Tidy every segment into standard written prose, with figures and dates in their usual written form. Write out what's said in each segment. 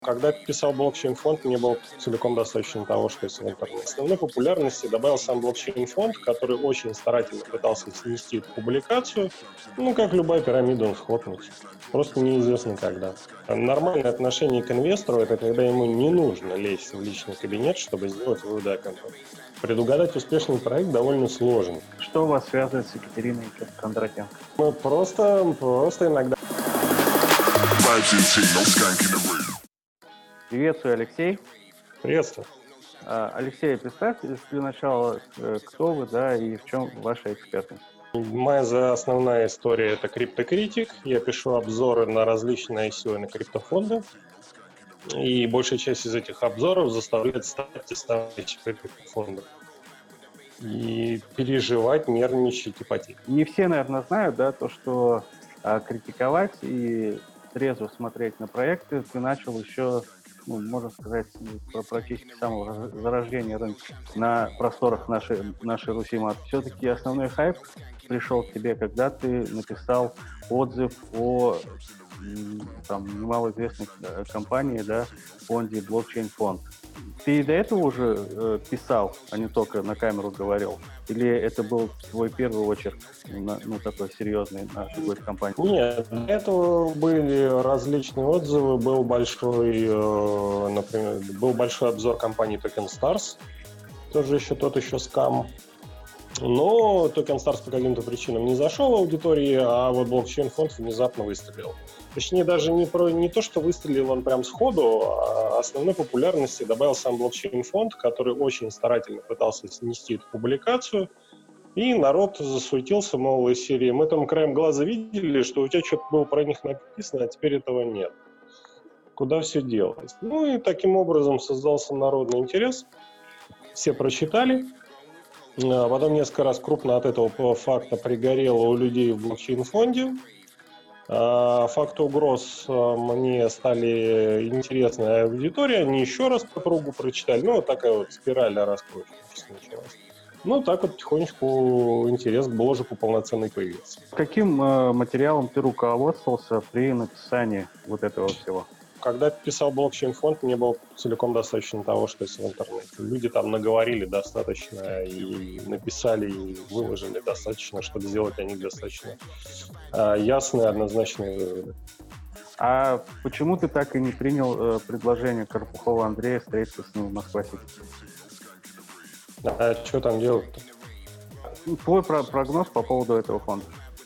Когда писал блокчейн-фонд, мне было целиком достаточно того, что есть в интернете. Основной популярности добавил сам блокчейн-фонд, который очень старательно пытался снести эту публикацию. Ну, как любая пирамида, он схлопнется. Просто неизвестно когда. Нормальное отношение к инвестору – это когда ему не нужно лезть в личный кабинет, чтобы сделать выводы о компании. Предугадать успешный проект довольно сложно. Что вас связывает с Екатериной Кондратенко? Мы просто иногда... Приветствую, Алексей. Приветствую. Алексей, представьте для начала, кто вы, да, и в чем ваша экспертность. Моя основная история – это криптокритик. Я пишу обзоры на различные ICO и на криптофонды. И большая часть из этих обзоров заставляет ставить криптофонды. И переживать, нервничать и потеть. Не все, наверное, знают, да, то, что критиковать и трезво смотреть на проекты ты начал еще, можно сказать, практически с самого зарождения рынка на просторах нашей Руси-мат. Все-таки основной хайп пришел к тебе, когда ты написал отзыв о немалоизвестной компании, да, фонде блокчейн-фонд. Ты до этого уже писал, а не только на камеру говорил? Или это был твой первый очерк, такой серьезный на какой-то компании? Нет, до этого были различные отзывы. Был большой обзор компании Token Stars. Тоже тот еще скам. Но Token Stars по каким-то причинам не зашел в аудитории, а вот блокчейн-фонд внезапно выстрелил. Точнее, даже не то, что выстрелил он прям сходу, а основной популярности добавил сам блокчейн-фонд, который очень старательно пытался снести эту публикацию, и народ засуетился, мол, из серии «Мы там краем глаза видели, что у тебя что-то было про них написано, а теперь этого нет. Куда все делось?» И таким образом создался народный интерес, все прочитали. Потом несколько раз крупно от этого факта пригорело у людей в блокчейн-фонде. Факты угроз мне стали интересны аудитории, они еще раз по кругу прочитали. Такая вот спираль раскручивается началась. Так вот потихонечку интерес к бложику полноценный появился. Каким материалом ты руководствовался при написании вот этого всего? Когда писал блокчейн-фонд, мне было целиком достаточно того, что есть в интернете. Люди там наговорили достаточно и написали, и выложили достаточно, чтобы сделать о них достаточно ясные, однозначные выводы. А почему ты так и не принял предложение Карпухова Андрея встретиться с ним в Москва-Сити? А что там делать-то? Твой прогноз по поводу этого фонда?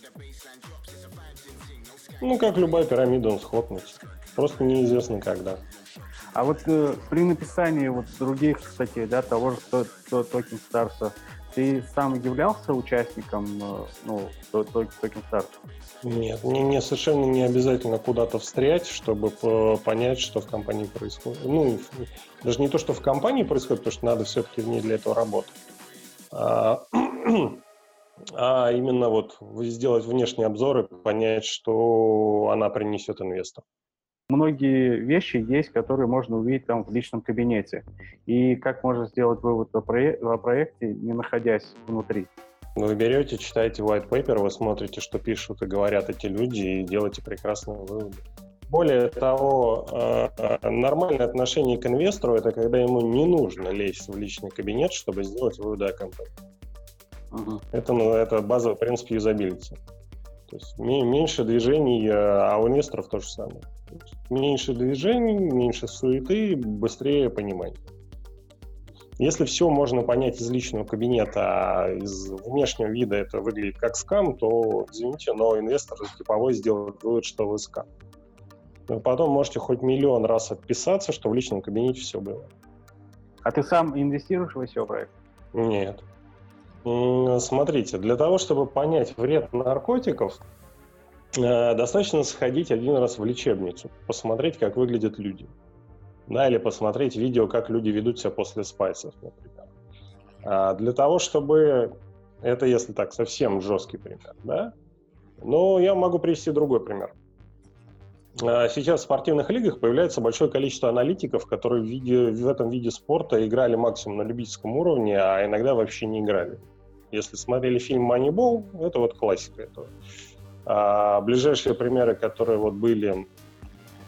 Как любая пирамида, он схлопнется. Просто неизвестно когда. А вот при написании других статей, да, того же Token Stars, ты сам являлся участником Token Stars? Нет, мне совершенно не обязательно куда-то встрять, чтобы понять, что в компании происходит. Даже не то, что в компании происходит, потому что надо все-таки в ней для этого работать. А именно сделать внешние обзоры, понять, что она принесет инвестору. Многие вещи есть, которые можно увидеть там в личном кабинете. И как можно сделать вывод о проекте, не находясь внутри? Вы берете, читаете white paper, вы смотрите, что пишут и говорят эти люди, и делаете прекрасные выводы. Более того, нормальное отношение к инвестору – это когда ему не нужно лезть в личный кабинет, чтобы сделать выводы о компании. Это базовый принцип юзабилити. То есть меньше движений, а у инвесторов то же самое. Меньше движений, меньше суеты, быстрее понимание. Если все можно понять из личного кабинета, а из внешнего вида это выглядит как скам, то, извините, но инвестор типовой сделает вывод, что вы скам. Вы потом можете хоть миллион раз отписаться, что в личном кабинете все было. А ты сам инвестируешь в ICO-проект? Нет. Смотрите, для того, чтобы понять вред наркотиков, достаточно сходить один раз в лечебницу, посмотреть, как выглядят люди. Или посмотреть видео, как люди ведут себя после спайсов, например. Для того, чтобы... Это если так, совсем жесткий пример, да? Но я могу привести другой пример. Сейчас в спортивных лигах появляется большое количество аналитиков, которые в этом виде спорта играли максимум на любительском уровне, а иногда вообще не играли. Если смотрели фильм «Moneyball», это классика этого. Ближайшие примеры, которые были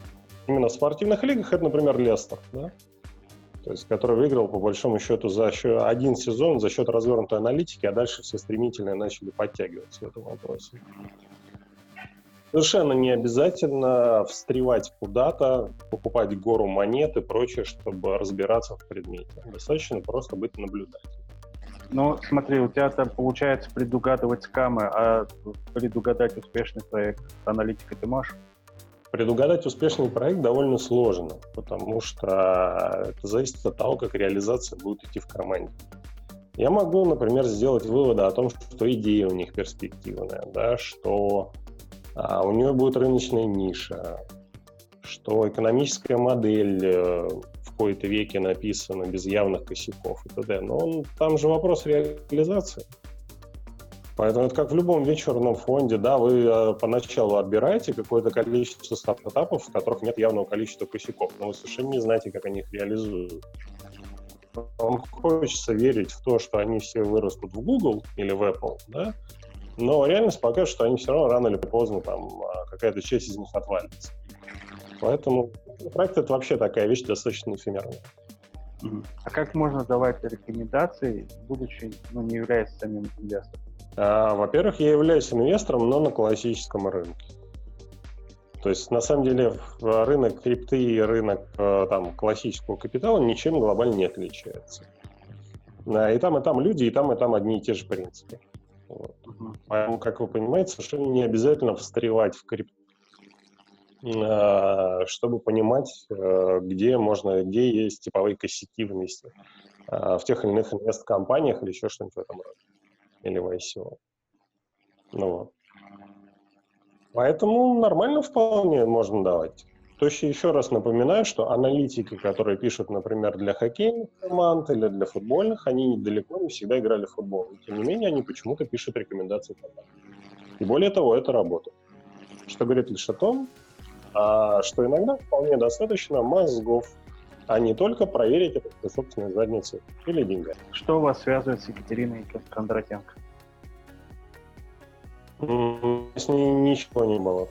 Именно в спортивных лигах это, например, Лестер, да? То есть, который выиграл, по большому счету, за счет один сезон за счет развернутой аналитики, а дальше все стремительно начали подтягиваться в этом вопросе. Совершенно не обязательно встревать куда-то, покупать гору монет и прочее, чтобы разбираться в предмете. Достаточно просто быть наблюдателем. Ну, смотри, у тебя там получается предугадывать скамы, а предугадать успешный проект аналитика ты можешь? Предугадать успешный проект довольно сложно, потому что это зависит от того, как реализация будет идти в команде. Я могу, например, сделать выводы о том, что идея у них перспективная, да, что у нее будет рыночная ниша, что экономическая модель в кои-то веке написана без явных косяков и т.д. Но там же вопрос реализации. Поэтому это как в любом венчурном фонде, да, вы поначалу отбираете какое-то количество стартапов, в которых нет явного количества косяков, но вы совершенно не знаете, как они их реализуют. Вам хочется верить в то, что они все вырастут в Google или в Apple, да, но реальность покажет, что они все равно рано или поздно там какая-то часть из них отвалится. Поэтому проект — это вообще такая вещь достаточно эфемерная. А как можно давать рекомендации, будучи, не являясь самим инвестором? Во-первых, я являюсь инвестором, но на классическом рынке. То есть, на самом деле, рынок крипты и рынок там, классического капитала ничем глобально не отличается. И там люди, и там одни и те же принципы. Вот. Поэтому, как вы понимаете, совершенно не обязательно встревать в крипту, чтобы понимать, где есть типовые косяки вместе в тех или иных инвест-компаниях или еще что-нибудь в этом роде. Или в ICO. Вот. Поэтому нормально вполне можно давать. То есть еще раз напоминаю, что аналитики, которые пишут, например, для хоккейных команд или для футбольных, они далеко не всегда играли в футбол. И, тем не менее, они почему-то пишут рекомендации команд. И более того, это работает. Что говорит лишь о том, что иногда вполне достаточно мозгов, а не только проверить это по собственной заднице или деньгами. Что вас связывает с Екатериной Кондратенко? С ней ничего не было.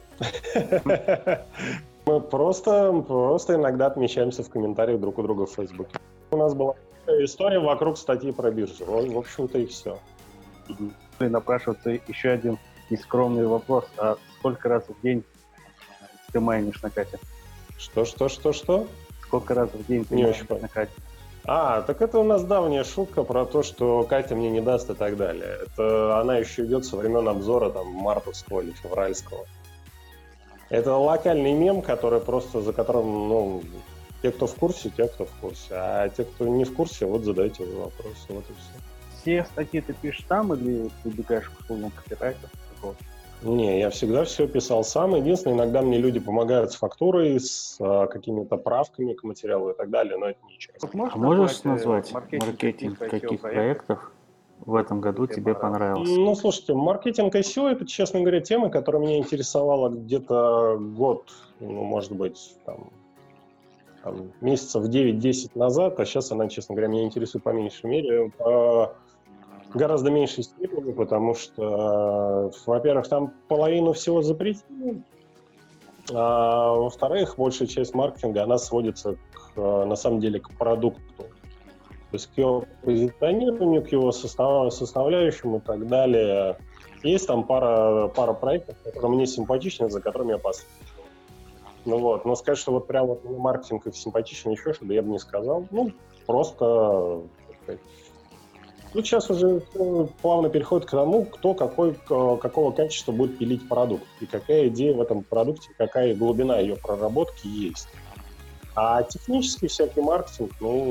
Мы просто иногда отмечаемся в комментариях друг у друга в Фейсбуке. У нас была история вокруг статьи про биржу. В общем-то и все. И напрашивается еще один нескромный вопрос. А сколько раз в день ты майнишь на Кате? Что? Сколько раз в день ты майнишь на Кате? Так это у нас давняя шутка про то, что Катя мне не даст и так далее. Это она еще идет со времен обзора там мартовского или февральского. Это локальный мем, который просто, за которым, те, кто в курсе, а те, кто не в курсе, вот задайте вопросы, вот и все. Все статьи ты пишешь сам или прибегаешь к услугам копирайтера? Не, я всегда все писал сам. Единственное, иногда мне люди помогают с фактурой, с какими-то правками к материалу и так далее, но это ничего. Можешь назвать маркетинг каких проектов в этом году тебе понравился? Слушайте, маркетинг ICO — это, честно говоря, тема, которая меня интересовала где-то год, может быть, месяцев 9-10 назад, а сейчас она, честно говоря, меня интересует по меньшей мере, гораздо меньшей степени, потому что, во-первых, там половину всего запретили, а во-вторых, большая часть маркетинга, она сводится, на самом деле, к продукту. То есть к его позиционированию, к его составляющим и так далее. Есть там пара проектов, которые мне симпатичны, за которыми я последую. Но сказать, что вот прям мне маркетинг симпатичен, еще что-то, я бы не сказал. Просто... Тут сейчас уже плавно переходит к тому, кто какого качества будет пилить продукт, и какая идея в этом продукте, какая глубина ее проработки есть. А технический всякий маркетинг,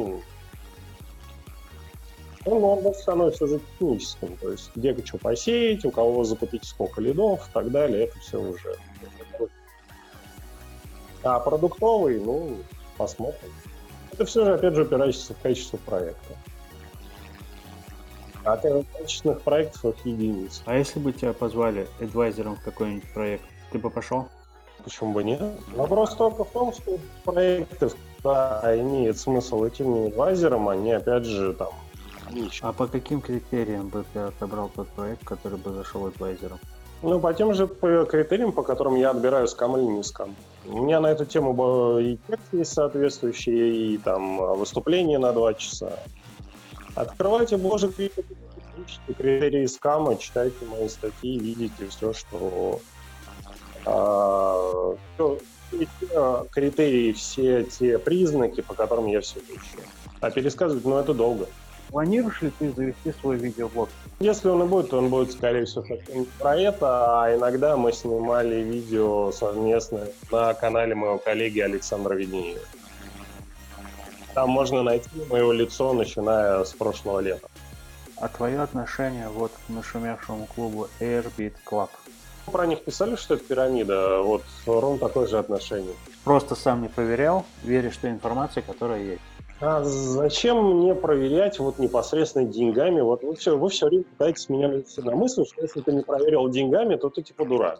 он становится уже техническим. То есть где что посеять, у кого закупить сколько лидов и так далее, это все уже. А продуктовый, посмотрим. Это все же, опять же, упирается в качество проекта. А качественных проектов единиц. А если бы тебя позвали адвайзером в какой-нибудь проект, ты бы пошел? Почему бы нет? Вопрос только в том, что проекты, имеет смысл идти не адвайзером, они, опять же, нищие. А по каким критериям бы ты отобрал тот проект, который бы зашел адвайзером? По тем же критериям, по которым я отбираю скам или не скам. У меня на эту тему и текст есть соответствующий, и там выступление на 2 часа. Открывайте боже ищите критерии скама, читайте мои статьи, видите все, что все те критерии, все те признаки, по которым я все ищу. А пересказывать, это долго. Планируешь ли ты завести свой видеоблог? Если он и будет, то он будет, скорее всего, совсем не про это, а иногда мы снимали видео совместно на канале моего коллеги Александра Веденеева. Там можно найти мое лицо, начиная с прошлого лета. А твое отношение к нашумевшему клубу Airbeat Club? Про них писали, что это пирамида, ровно такое же отношение. Просто сам не проверял, веришь той информации, которая есть. А зачем мне проверять непосредственно деньгами? Вы все время пытаетесь меня навести на мысль, что если ты не проверил деньгами, то ты типа дурак.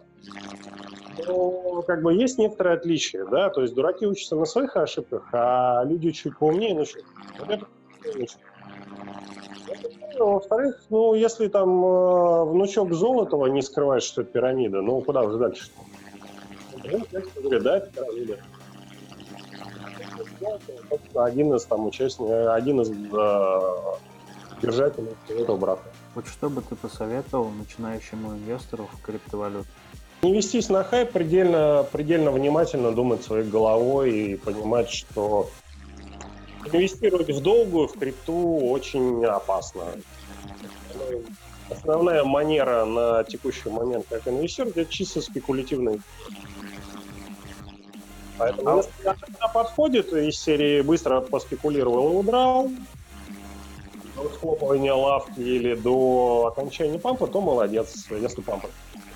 Но есть некоторые отличия, да, то есть дураки учатся на своих ошибках, а люди чуть поумнее начнут. Во-вторых, если там внучок Золотова не скрывает, что это пирамида, куда уже дальше? Да, это пирамида. Один из участников, один из держателей этого брата. Что бы ты посоветовал начинающему инвестору в криптовалюту? Не вестись на хайп, предельно внимательно думать своей головой и понимать, что инвестировать в долгую, в крипту очень опасно. Основная манера на текущий момент как инвестировать — это чисто спекулятивный. Поэтому если она подходит из серии «быстро поспекулировал и удрал», до схлопывания лавки или до окончания пампа, то молодец, если пампа.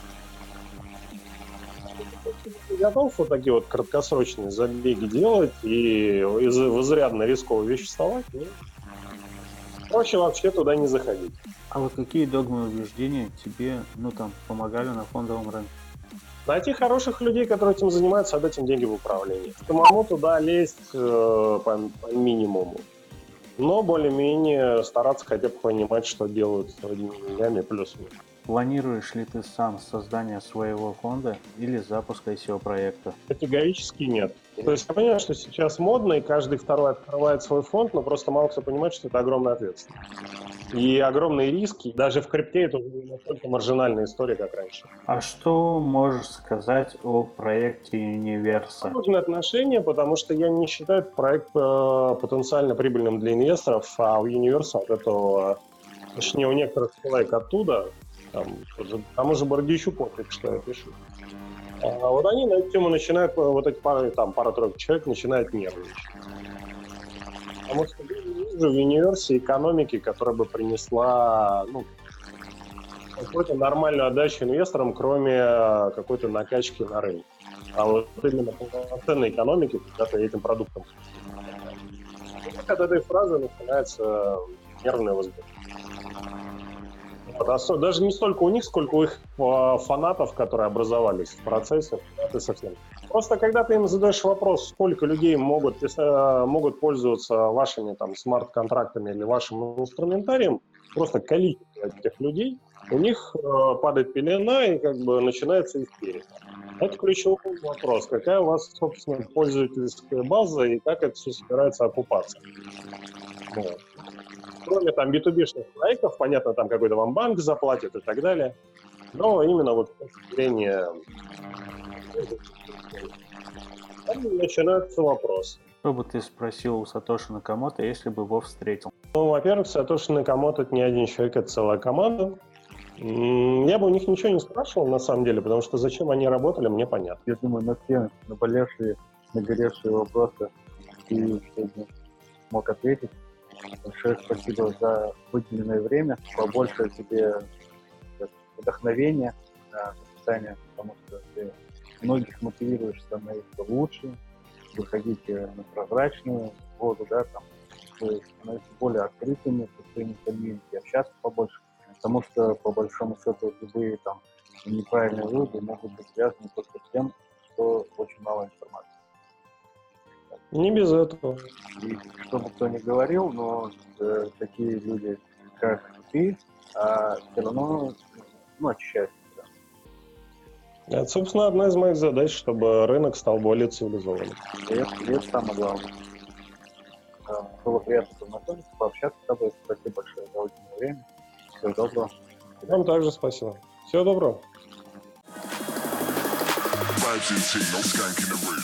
Готов такие краткосрочные забеги делать и в изрядно рисковые вещи вставать, проще вообще туда не заходить. А какие догмы и убеждения тебе, помогали на фондовом рынке? Найти хороших людей, которые этим занимаются, отдать им деньги в управление. Самому туда лезть по минимуму. Но более-менее стараться хотя бы понимать, что делают с своими деньгами плюс-минус. Планируешь ли ты сам создание своего фонда или запуск ICO-проекта? Категорически нет. То есть я понимаю, что сейчас модно, и каждый второй открывает свой фонд, но просто мало кто понимает, что это огромная ответственность. И огромные риски. Даже в крипте это уже не настолько маржинальная история, как раньше. А что можешь сказать о проекте Universa? Нужное отношение, потому что я не считаю этот проект потенциально прибыльным для инвесторов, а у Universa от этого, точнее у некоторых человек оттуда, тому же Бордищуку, что я пишу. Они на эту тему начинают, эти пара-тройка человек начинают нервничать. Потому что я не вижу в универсе экономики, которая бы принесла какую-то нормальную отдачу инвесторам, кроме какой-то накачки на рынке. А именно полноценной экономики, когда ты этим продуктом. От этой фразы начинается нервное возбуждение. Даже не столько у них, сколько у их фанатов, которые образовались в процессе. Это совсем. Просто когда ты им задаешь вопрос, сколько людей могут пользоваться вашими смарт-контрактами или вашим инструментарием, просто количество этих людей, у них падает пелена и начинается истерика. Это ключевой вопрос. Какая у вас, собственно, пользовательская база и как это все собирается окупаться. Кроме B2B-шных проектов, понятно, какой-то вам банк заплатит и так далее. Но именно с точки зрения начинаются вопросы. Что бы ты спросил у Сатоши Накамото, если бы его встретил? Во-первых, Сатоши Накамото — это не один человек, это целая команда. Я бы у них ничего не спрашивал, на самом деле, потому что зачем они работали, мне понятно. Я думаю, на все наболевшие, нагоревшие вопросы ты сегодня смог ответить. Большое спасибо за выделенное время. Побольше тебе вдохновения на написание, потому что ты многих мотивируешь становиться лучше, выходить на прозрачную воду, становиться более открытыми со своими комьюнити, общаться побольше. Потому что, по большому счету, любые неправильные выводы могут быть связаны только с тем, что очень мало информации. Не без этого. И что бы кто ни говорил, но такие люди, как ты, все равно очищают себя. Это, собственно, одна из моих задач, чтобы рынок стал более цивилизованным. И это самое главное. Было приятно познакомиться, пообщаться с тобой. Спасибо большое за уделенное время. Всего доброго. Вам также спасибо. Всего доброго. Vibes in tea, no skank in the room.